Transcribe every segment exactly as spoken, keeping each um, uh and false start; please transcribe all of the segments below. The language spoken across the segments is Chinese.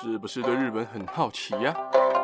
是不是对日本很好奇呀、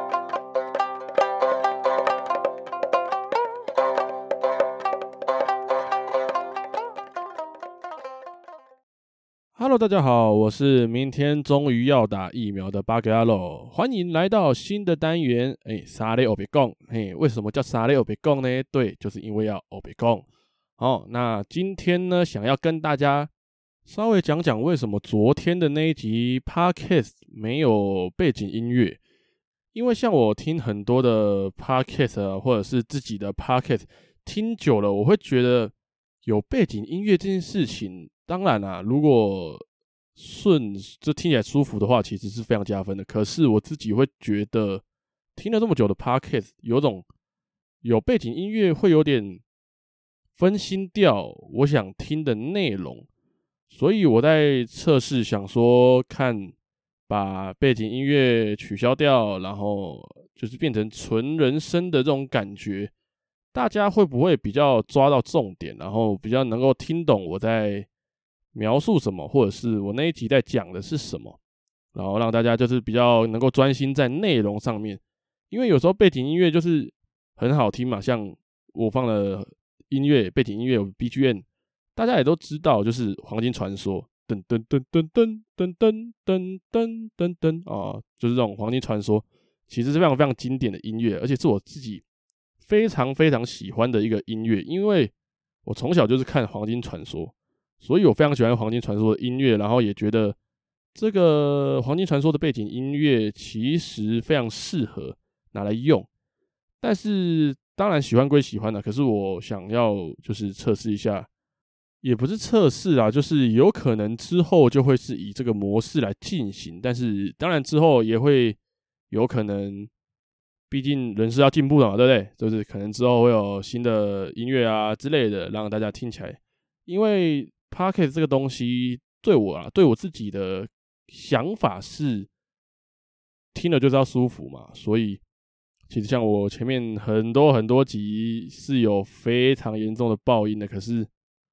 Hello， 大家好，我是明天终于要打疫苗的巴格阿洛，欢迎来到新的单元。哎，沙雷欧别贡，嘿，为什么叫沙雷欧别贡呢？对，就是因为要欧别贡。好，那今天呢，想要跟大家稍微讲讲为什么昨天的那一集 Podcast 没有背景音乐。因为像我听很多的 Podcast 啊，或者是自己的 Podcast 听久了，我会觉得有背景音乐这件事情。当然啦、啊，如果顺就听起来舒服的话，其实是非常加分的。可是我自己会觉得，听了这么久的 podcast， 有种有背景音乐会有点分心掉我想听的内容，所以我在测试，想说看把背景音乐取消掉，然后就是变成纯人声的这种感觉，大家会不会比较抓到重点，然后比较能够听懂我在描述什么，或者是我那一集在讲的是什么，然后让大家就是比较能够专心在内容上面。因为有时候背景音乐就是很好听嘛，像我放的音乐背景音乐有 B G M， 大家也都知道，就是黄金传说，噔噔噔噔噔噔噔噔噔噔噔啊，就是这种黄金传说，其实是非常非常经典的音乐，而且是我自己非常非常喜欢的一个音乐，因为我从小就是看黄金传说。所以我非常喜欢黄金传说的音乐，然后也觉得这个黄金传说的背景音乐其实非常适合拿来用。但是当然喜欢归喜欢的，可是我想要就是测试一下，也不是测试啊，就是有可能之后就会是以这个模式来进行。但是当然之后也会有可能，毕竟人是要进步的嘛，对不对？就是可能之后会有新的音乐啊之类的，让大家听起来，因为Podcast 这个东西对我啊，对我自己的想法是，听了就是要舒服嘛，所以其实像我前面很多很多集是有非常严重的爆音的，可是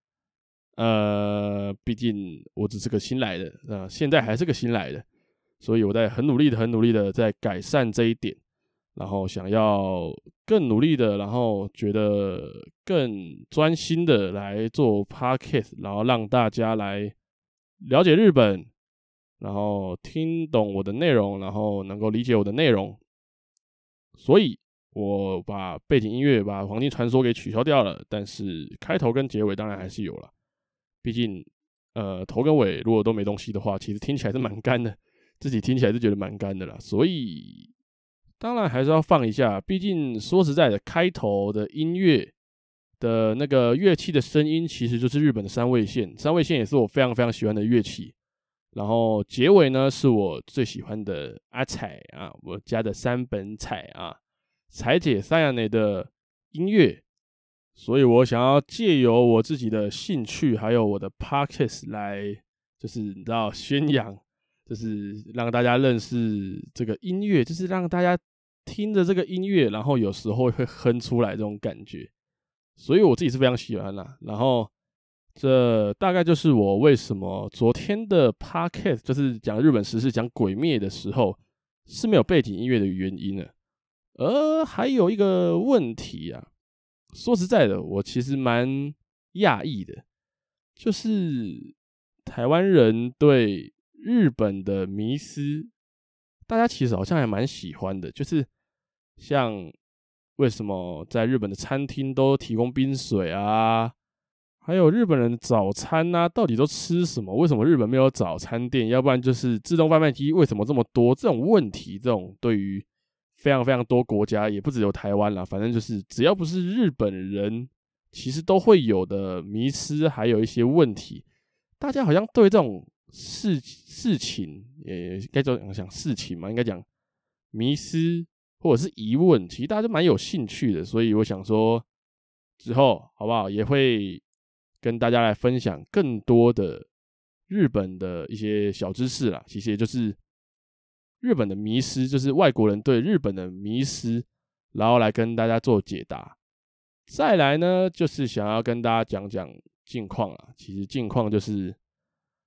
呃，毕竟我只是个新来的，呃，现在还是个新来的，所以我在很努力的、很努力的在改善这一点。然后想要更努力的，然后觉得更专心的来做 podcast， 然后让大家来了解日本，然后听懂我的内容，然后能够理解我的内容。所以我把背景音乐把黄金传说给取消掉了，但是开头跟结尾当然还是有了。毕竟呃头跟尾如果都没东西的话，其实听起来是蛮干的，自己听起来是觉得蛮干的啦，所以当然还是要放一下，毕竟说实在的，开头的音乐的那个乐器的声音，其实就是日本的三味线，三味线也是我非常非常喜欢的乐器。然后结尾呢，是我最喜欢的阿彩啊，我家的三本彩啊，彩姐三亚内的音乐，所以我想要借由我自己的兴趣，还有我的 podcast 来，就是你知道宣扬。就是让大家认识这个音乐，就是让大家听着这个音乐，然后有时候会哼出来这种感觉，所以我自己是非常喜欢啦。然后这大概就是我为什么昨天的 podcast 就是讲日本时事、讲鬼灭的时候是没有背景音乐的原因了。而还有一个问题啊，说实在的，我其实蛮讶异的，就是台湾人对日本的迷思，大家其实好像还蛮喜欢的，就是像为什么在日本的餐厅都提供冰水啊，还有日本人的早餐啊，到底都吃什么？为什么日本没有早餐店？要不然就是自动贩卖机为什么这么多？这种问题，这种对于非常非常多国家，也不只有台湾啦，反正就是只要不是日本人，其实都会有的迷思，还有一些问题，大家好像对这种事事情，也该讲讲事情嘛，应该讲迷思或者是疑问，其实大家都蛮有兴趣的，所以我想说之后好不好，也会跟大家来分享更多的日本的一些小知识啦。其实也就是日本的迷思，就是外国人对日本的迷思，然后来跟大家做解答。再来呢，就是想要跟大家讲讲近况啦。其实近况就是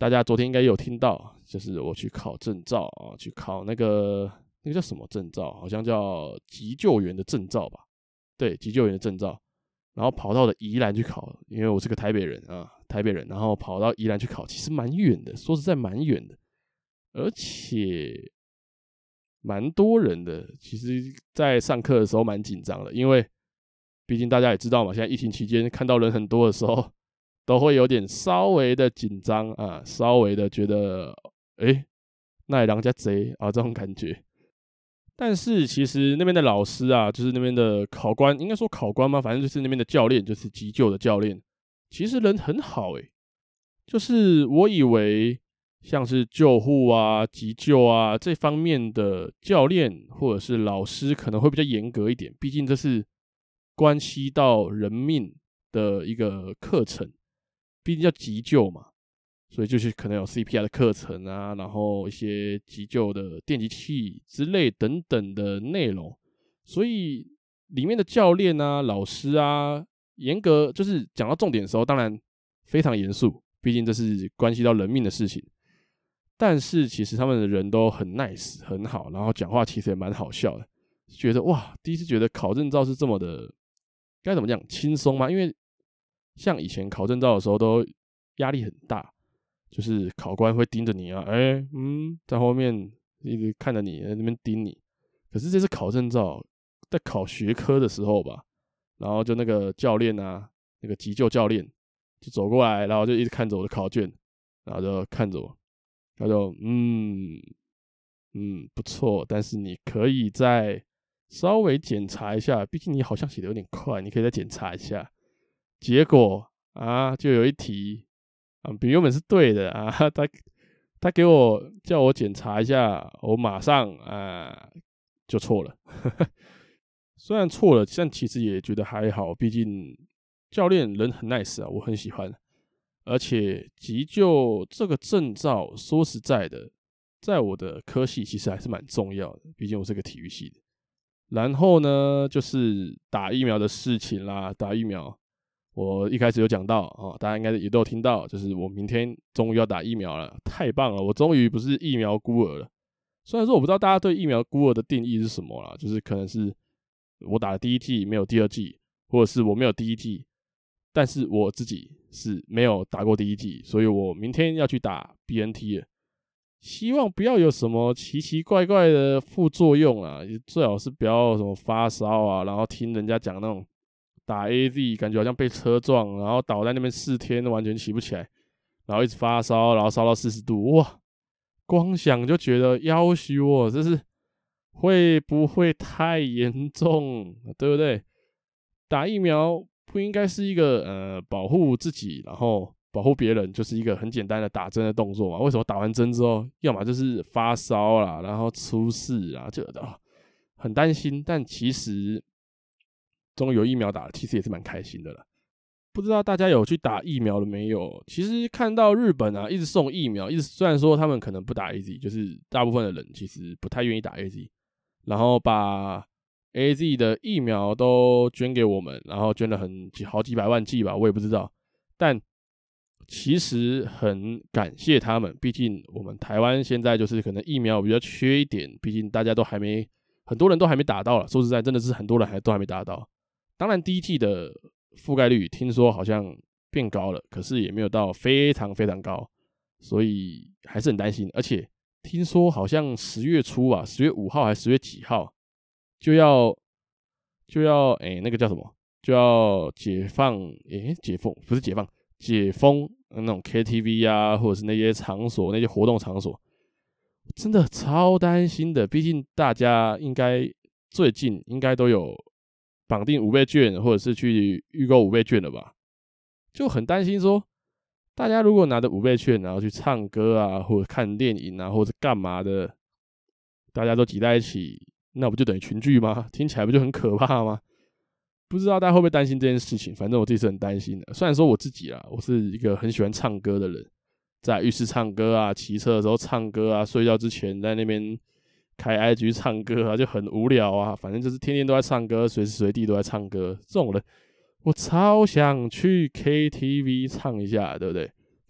大家昨天应该有听到，就是我去考证照啊，去考那个那个叫什么证照，好像叫急救员的证照吧？对，急救员的证照。然后跑到了宜兰去考，因为我是个台北人啊，台北人，然后跑到宜兰去考，其实蛮远的，说实在蛮远的，而且蛮多人的。其实，在上课的时候蛮紧张的，因为毕竟大家也知道嘛，现在疫情期间看到人很多的时候，都会有点稍微的紧张啊，稍微的觉得，哎，那人家贼啊这种感觉。但是其实那边的老师啊，就是那边的考官，应该说考官吗？反正就是那边的教练，就是急救的教练，其实人很好诶、欸。就是我以为像是救护啊、急救啊这方面的教练或者是老师可能会比较严格一点，毕竟这是关系到人命的一个课程，毕竟叫急救嘛。所以就是可能有 C P R 的课程啊，然后一些急救的电击器之类等等的内容，所以里面的教练啊、老师啊，严格就是讲到重点的时候，当然非常严肃，毕竟这是关系到人命的事情。但是其实他们的人都很 nice 很好，然后讲话其实也蛮好笑的，觉得哇，第一次觉得考证照是这么的，该怎么讲轻松吗？因为像以前考证照的时候都压力很大。就是考官会盯着你啊，哎、欸，嗯，在后面一直看着你，在那边盯你。可是这次考证照，在考学科的时候吧，然后就那个教练啊，那个急救教练就走过来，然后就一直看着我的考卷，然后就看着我，他就嗯嗯不错，但是你可以再稍微检查一下，毕竟你好像写的有点快，你可以再检查一下。结果啊，就有一题。啊，比原本是对的啊，他他给我叫我检查一下，我马上啊就错了。虽然错了，但其实也觉得还好，毕竟教练人很 nice 啊，我很喜欢。而且急救这个证照，说实在的，在我的科系其实还是蛮重要的，毕竟我是个体育系的。然后呢，就是打疫苗的事情啦，打疫苗。我一开始有讲到哦，大家应该也都有听到，就是我明天终于要打疫苗了，太棒了！我终于不是疫苗孤儿了。虽然说我不知道大家对疫苗孤儿的定义是什么啦，就是可能是我打了第一剂没有第二剂，或者是我没有第一剂，但是我自己是没有打过第一剂，所以我明天要去打 B N T 了。希望不要有什么奇奇怪怪的副作用啊，最好是不要什么发烧啊，然后听人家讲那种。打 A Z 感觉好像被车撞，然后倒在那边四天完全起不起来，然后一直发烧，然后烧到四十度，哇！光想就觉得要死我，这是会不会太严重，对不对？打疫苗不应该是一个呃保护自己，然后保护别人，就是一个很简单的打针的动作嘛？为什么打完针之后，要么就是发烧啦，然后出事啊，就啊很担心，但其实。终于有疫苗打了，其实也是蛮开心的了。不知道大家有去打疫苗了没有？其实看到日本啊，一直送疫苗，一直虽然说他们可能不打 A Z， 就是大部分的人其实不太愿意打 A Z， 然后把 A Z 的疫苗都捐给我们，然后捐了很好几百万剂吧，我也不知道。但其实很感谢他们，毕竟我们台湾现在就是可能疫苗比较缺一点，毕竟大家都还没，很多人都还没打到了。说实在，真的是很多人还都还没打到。当然，第一剂的覆盖率听说好像变高了，可是也没有到非常非常高，所以还是很担心。而且听说好像十月初啊，十月五号还是十月几号就要就要哎、欸、那个叫什么，就要解放哎、欸、解封不是解放解封那种 K T V 啊，或者是那些场所那些活动场所，真的超担心的。毕竟大家应该最近应该都有。绑定五倍券，或者是去预购五倍券了吧？就很担心说，大家如果拿着五倍券，然后去唱歌啊，或者看电影啊，或者干嘛的，大家都挤在一起，那不就等于群聚吗？听起来不就很可怕吗？不知道大家会不会担心这件事情？反正我自己是很担心的。虽然说我自己啊，我是一个很喜欢唱歌的人，在浴室唱歌啊，骑车的时候唱歌啊，睡觉之前在那边。开 I G 唱歌啊，就很无聊啊，反正就是天天都在唱歌，随时随地都在唱歌。这种人，我超想去 K T V 唱一下，对不对？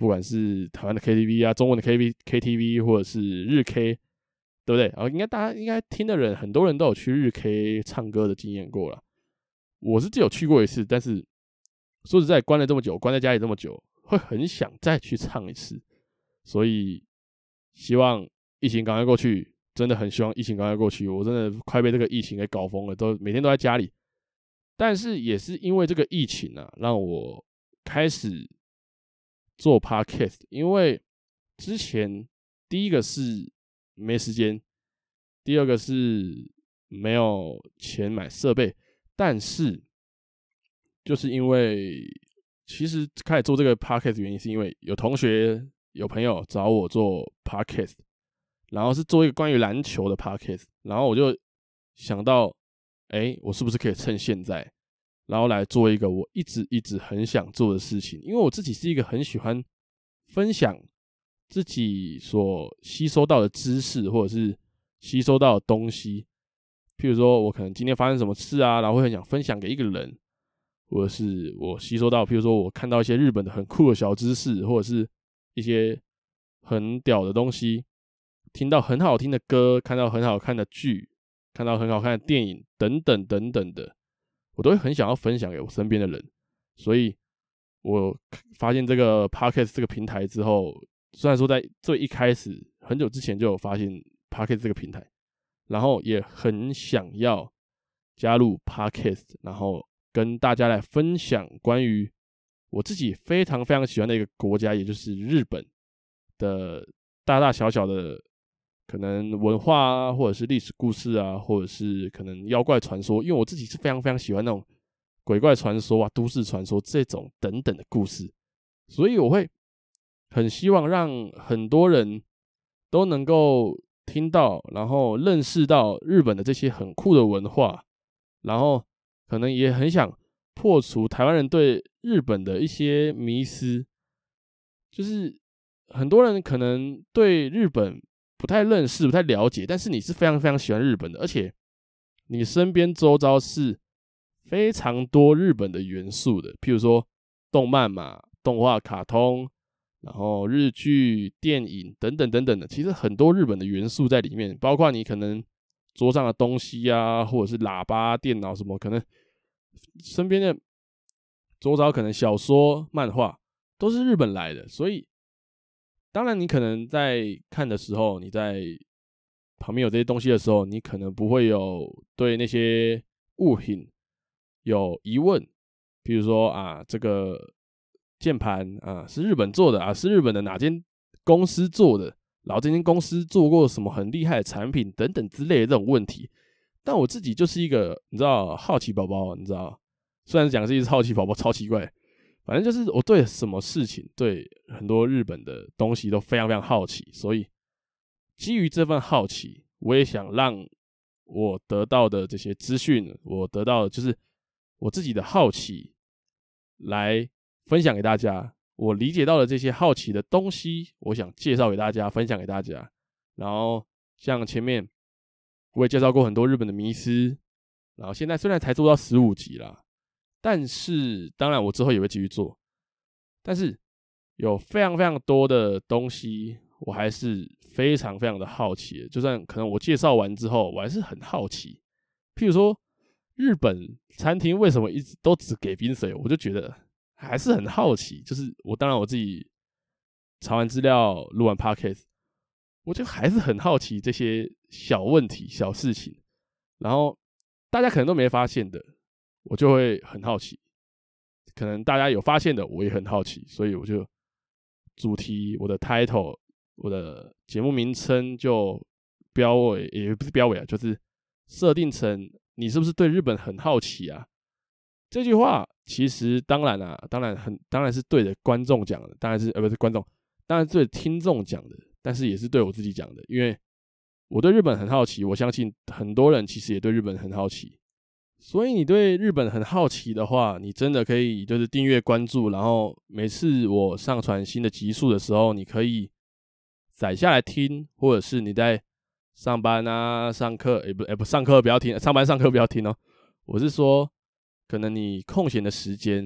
不管是台湾的 K T V 啊，中文的 K T V K T V 或者是日 K， 对不对？然后应该大家应该听的人，很多人都有去日 K 唱歌的经验过了。我是只有去过一次，但是说实在，关了这么久，关在家里这么久，会很想再去唱一次。所以希望疫情赶快过去，真的很希望疫情赶快过去。我真的快被这个疫情给搞疯了，都每天都在家里。但是也是因为这个疫情啊，让我开始做 podcast， 因为之前第一个是没时间，第二个是没有钱买设备，但是就是因为其实开始做这个 podcast 的原因是因为有同学有朋友找我做 podcast， 然后是做一个关于篮球的 podcast， 然后我就想到，哎，我是不是可以趁现在，然后来做一个我一直一直很想做的事情？因为我自己是一个很喜欢分享自己所吸收到的知识，或者是吸收到的东西。譬如说我可能今天发生什么事啊，然后会很想分享给一个人，或者是我吸收到，譬如说我看到一些日本的很酷的小知识，或者是一些很屌的东西，听到很好听的歌，看到很好看的剧，看到很好看的电影等等等等的，我都会很想要分享给我身边的人。所以我发现这个 Podcast 这个平台之后，虽然说在最一开始很久之前就有发现 Podcast 这个平台，然后也很想要加入 Podcast， 然后跟大家来分享关于我自己非常非常喜欢的一个国家，也就是日本的大大小小的可能文化啊，或者是历史故事啊，或者是可能妖怪传说。因为我自己是非常非常喜欢那种鬼怪传说啊、都市传说这种等等的故事，所以我会很希望让很多人都能够听到，然后认识到日本的这些很酷的文化，然后可能也很想破除台湾人对日本的一些迷思。就是很多人可能对日本不太认识、不太了解，但是你是非常非常喜欢日本的，而且你身边周遭是非常多日本的元素的，譬如说动漫嘛、动画、卡通，然后日剧、电影等等等等的，其实很多日本的元素在里面，包括你可能桌上的东西啊，或者是喇叭、电脑什么，可能身边的周遭可能小说、漫画都是日本来的。所以当然你可能在看的时候，你在旁边有这些东西的时候，你可能不会有对那些物品有疑问，比如说啊，这个键盘啊是日本做的啊，是日本的哪间公司做的，然后这间公司做过什么很厉害的产品等等之类的这种问题。但我自己就是一个你知道好奇宝宝，你知道，虽然讲是一只好奇宝宝，超奇怪，反正就是我对什么事情，对很多日本的东西都非常非常好奇，所以基于这份好奇，我也想让我得到的这些资讯，我得到的就是我自己的好奇来分享给大家。我理解到的这些好奇的东西，我想介绍给大家，分享给大家。然后像前面我也介绍过很多日本的迷思，然后现在虽然才做到十五集啦，但是当然我之后也会继续做，但是有非常非常多的东西我还是非常非常的好奇的，就算可能我介绍完之后我还是很好奇。譬如说日本餐厅为什么一直都只给冰水，我就觉得还是很好奇。就是我当然我自己查完资料录完 podcast， 我就还是很好奇这些小问题小事情，然后大家可能都没发现的，我就会很好奇，可能大家有发现的我也很好奇，所以我就主题我的 title 我的节目名称就标尾，也不是标尾啊，就是设定成你是不是对日本很好奇啊？这句话其实当然啊，当然很当然是对着观众讲的，当然是呃不是观众，当然是对听众讲的，但是也是对我自己讲的，因为我对日本很好奇，我相信很多人其实也对日本很好奇。所以你对日本很好奇的话，你真的可以就是订阅关注，然后每次我上传新的集数的时候，你可以载下来听，或者是你在上班啊、上课，诶不诶不上课不要听，上班上课不要听哦。我是说，可能你空闲的时间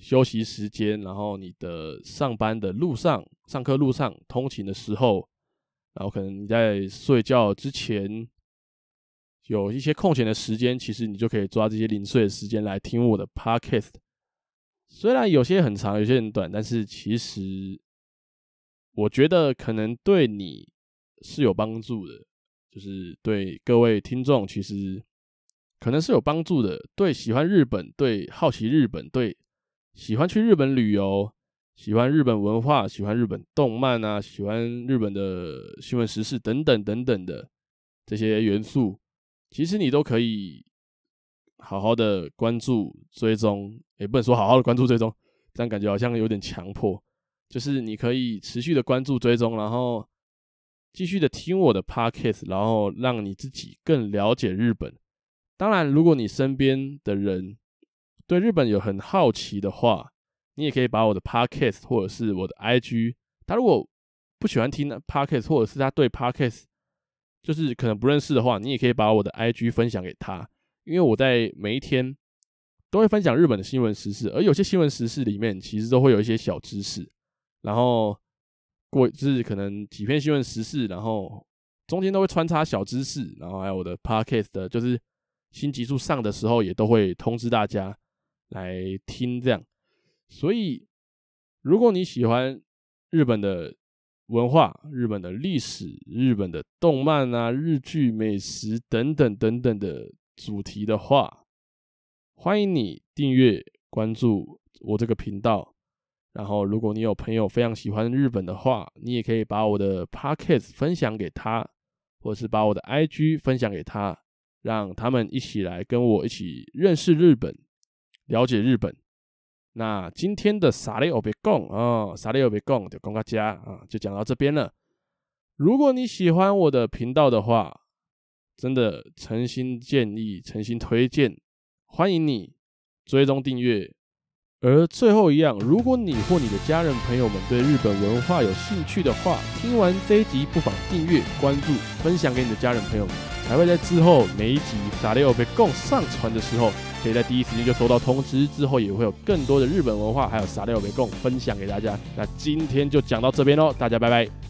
休息时间，然后你的上班的路上、上课路上、通勤的时候，然后可能你在睡觉之前有一些空闲的时间，其实你就可以抓这些零碎的时间来听我的 podcast。虽然有些很长，有些很短，但是其实我觉得可能对你是有帮助的，就是对各位听众其实可能是有帮助的。对喜欢日本、对好奇日本、对喜欢去日本旅游、喜欢日本文化、喜欢日本动漫啊、喜欢日本的新闻时事等等等等的这些元素，其实你都可以好好的关注追踪，也不能说好好的关注追踪，这样感觉好像有点强迫。就是你可以持续的关注追踪，然后继续的听我的 podcast， 然后让你自己更了解日本。当然，如果你身边的人对日本有很好奇的话，你也可以把我的 podcast 或者是我的 I G， 他如果不喜欢听 podcast， 或者是他对 podcast 就是可能不认识的话，你也可以把我的 I G 分享给他。因为我在每一天都会分享日本的新闻时事，而有些新闻时事里面其实都会有一些小知识，然后过就是可能几篇新闻时事，然后中间都会穿插小知识，然后还有我的 podcast 的就是新集数上的时候也都会通知大家来听这样。所以如果你喜欢日本的文化、日本的历史、日本的动漫啊、日剧、美食等等等等的主题的话，欢迎你订阅关注我这个频道。然后如果你有朋友非常喜欢日本的话，你也可以把我的 podcast 分享给他，或者是把我的 I G 分享给他，让他们一起来跟我一起认识日本，了解日本。那今天的傻雷欧别讲啊，傻雷欧别讲就讲到这啊，就讲到这边了。如果你喜欢我的频道的话，真的诚心建议、诚心推荐，欢迎你追踪订阅。而最后一样，如果你或你的家人朋友们对日本文化有兴趣的话，听完这一集不妨订阅、关注、分享给你的家人朋友们，才会在之后每一集傻雷欧别讲上传的时候，可以在第一时间就收到通知。之后也会有更多的日本文化还有傻雷欧别讲分享给大家。那今天就讲到这边咯，大家拜拜。